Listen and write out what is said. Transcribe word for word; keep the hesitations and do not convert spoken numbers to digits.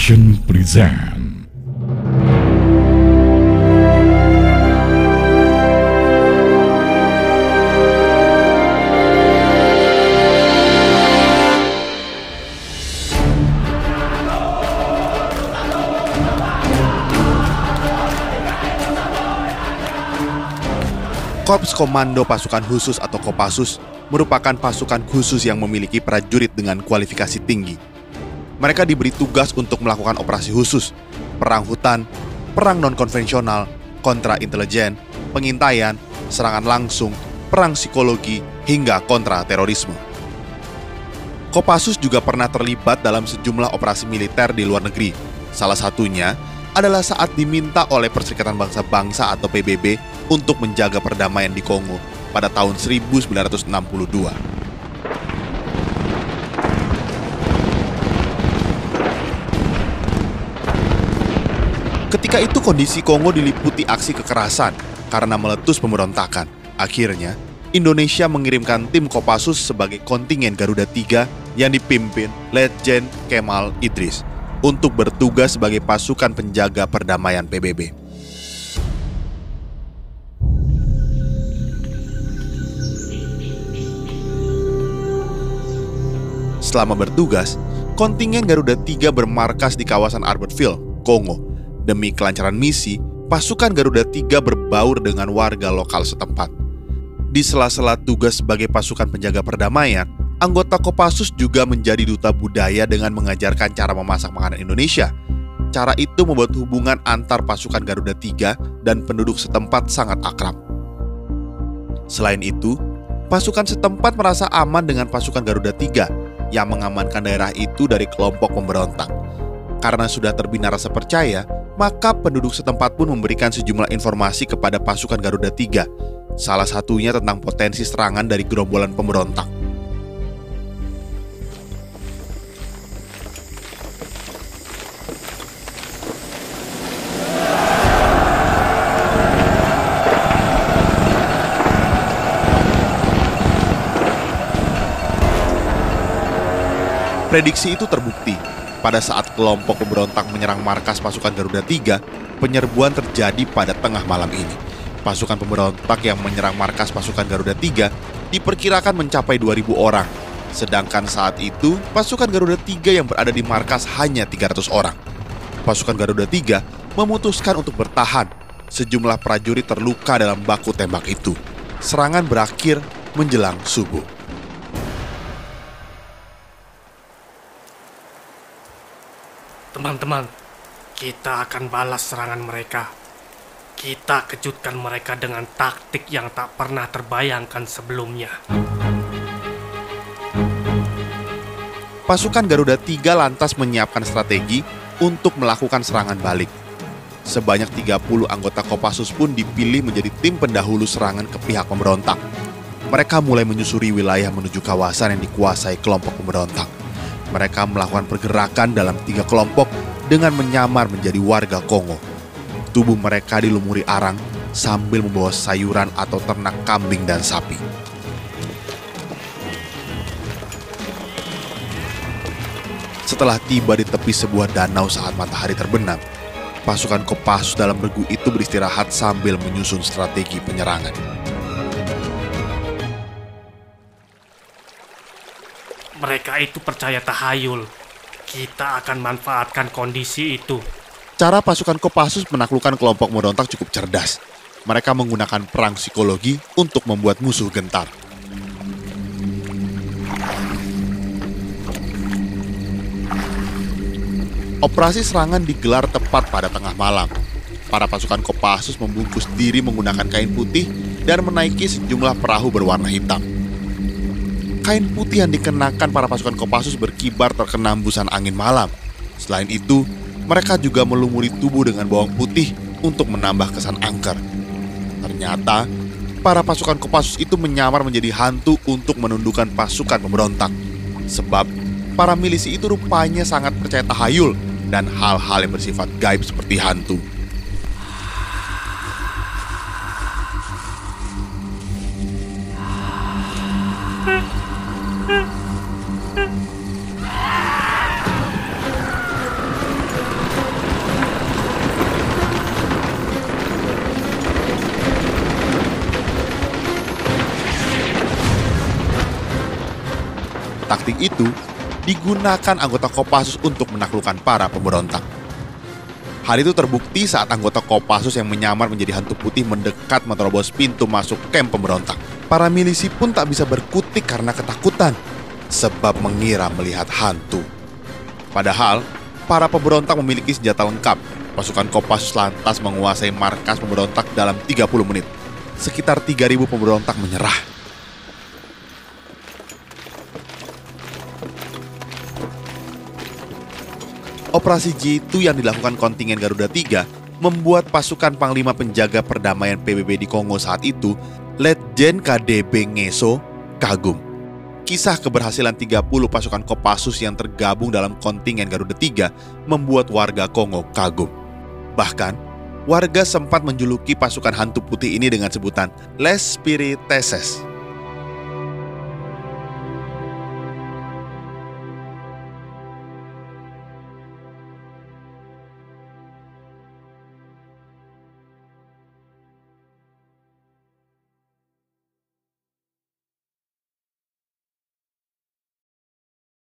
Production present. Korps Komando Pasukan Khusus atau Kopassus merupakan pasukan khusus yang memiliki prajurit dengan kualifikasi tinggi. Mereka diberi tugas untuk melakukan operasi khusus, perang hutan, perang non-konvensional, kontra intelijen, pengintaian, serangan langsung, perang psikologi, hingga kontra terorisme. Kopassus juga pernah terlibat dalam sejumlah operasi militer di luar negeri. Salah satunya adalah saat diminta oleh Perserikatan Bangsa-Bangsa atau P B B untuk menjaga perdamaian di Kongo pada tahun seribu sembilan ratus enam puluh dua. Ketika itu kondisi Kongo diliputi aksi kekerasan karena meletus pemberontakan. Akhirnya, Indonesia mengirimkan tim Kopassus sebagai kontingen Garuda tiga yang dipimpin Letjen Kemal Idris untuk bertugas sebagai pasukan penjaga perdamaian P B B. Selama bertugas, kontingen Garuda tiga bermarkas di kawasan Albertville, Kongo. Demi kelancaran misi, pasukan Garuda tiga berbaur dengan warga lokal setempat. Di sela-sela tugas sebagai pasukan penjaga perdamaian, anggota Kopassus juga menjadi duta budaya dengan mengajarkan cara memasak makanan Indonesia. Cara itu membuat hubungan antar pasukan Garuda tiga dan penduduk setempat sangat akrab. Selain itu, pasukan setempat merasa aman dengan pasukan Garuda tiga yang mengamankan daerah itu dari kelompok pemberontak. Karena sudah terbina rasa percaya, maka penduduk setempat pun memberikan sejumlah informasi kepada pasukan Garuda tiga, salah satunya tentang potensi serangan dari gerombolan pemberontak. Prediksi itu terbukti. Pada saat kelompok pemberontak menyerang markas pasukan Garuda tiga, penyerbuan terjadi pada tengah malam ini. Pasukan pemberontak yang menyerang markas pasukan Garuda tiga diperkirakan mencapai dua ribu orang. Sedangkan saat itu, pasukan Garuda tiga yang berada di markas hanya tiga ratus orang. Pasukan Garuda tiga memutuskan untuk bertahan. Sejumlah prajurit terluka dalam baku tembak itu. Serangan berakhir menjelang subuh. Teman-teman, kita akan balas serangan mereka. Kita kejutkan mereka dengan taktik yang tak pernah terbayangkan sebelumnya. Pasukan Garuda tiga lantas menyiapkan strategi untuk melakukan serangan balik. Sebanyak tiga puluh anggota Kopassus pun dipilih menjadi tim pendahulu serangan ke pihak pemberontak. Mereka mulai menyusuri wilayah menuju kawasan yang dikuasai kelompok pemberontak. Mereka melakukan pergerakan dalam tiga kelompok dengan menyamar menjadi warga Kongo. Tubuh mereka dilumuri arang sambil membawa sayuran atau ternak kambing dan sapi. Setelah tiba di tepi sebuah danau saat matahari terbenam, pasukan Kopassus dalam regu itu beristirahat sambil menyusun strategi penyerangan. Mereka itu percaya tahayul. Kita akan manfaatkan kondisi itu. Cara pasukan Kopassus menaklukkan kelompok pemberontak cukup cerdas. Mereka menggunakan perang psikologi untuk membuat musuh gentar. Operasi serangan digelar tepat pada tengah malam. Para pasukan Kopassus membungkus diri menggunakan kain putih dan menaiki sejumlah perahu berwarna hitam. Kain putih yang dikenakan para pasukan Kopassus berkibar terkena hembusan angin malam. Selain itu, mereka juga melumuri tubuh dengan bawang putih untuk menambah kesan angker. Ternyata, para pasukan Kopassus itu menyamar menjadi hantu untuk menundukkan pasukan pemberontak. Sebab, para milisi itu rupanya sangat percaya tahayul dan hal-hal yang bersifat gaib seperti hantu. Taktik itu digunakan anggota Kopassus untuk menaklukkan para pemberontak. Hal itu terbukti saat anggota Kopassus yang menyamar menjadi hantu putih mendekat menerobos pintu masuk kamp pemberontak. Para milisi pun tak bisa berkutik karena ketakutan, sebab mengira melihat hantu. Padahal, para pemberontak memiliki senjata lengkap. Pasukan Kopassus lantas menguasai markas pemberontak dalam tiga puluh menit. Sekitar tiga ribu pemberontak menyerah. Operasi J dua yang dilakukan kontingen Garuda tiga membuat pasukan Panglima Penjaga Perdamaian P B B di Kongo saat itu, Letjen K D B Ngeso, kagum. Kisah keberhasilan tiga puluh pasukan Kopassus yang tergabung dalam kontingen Garuda tiga membuat warga Kongo kagum. Bahkan, warga sempat menjuluki pasukan hantu putih ini dengan sebutan Les Spiriteses.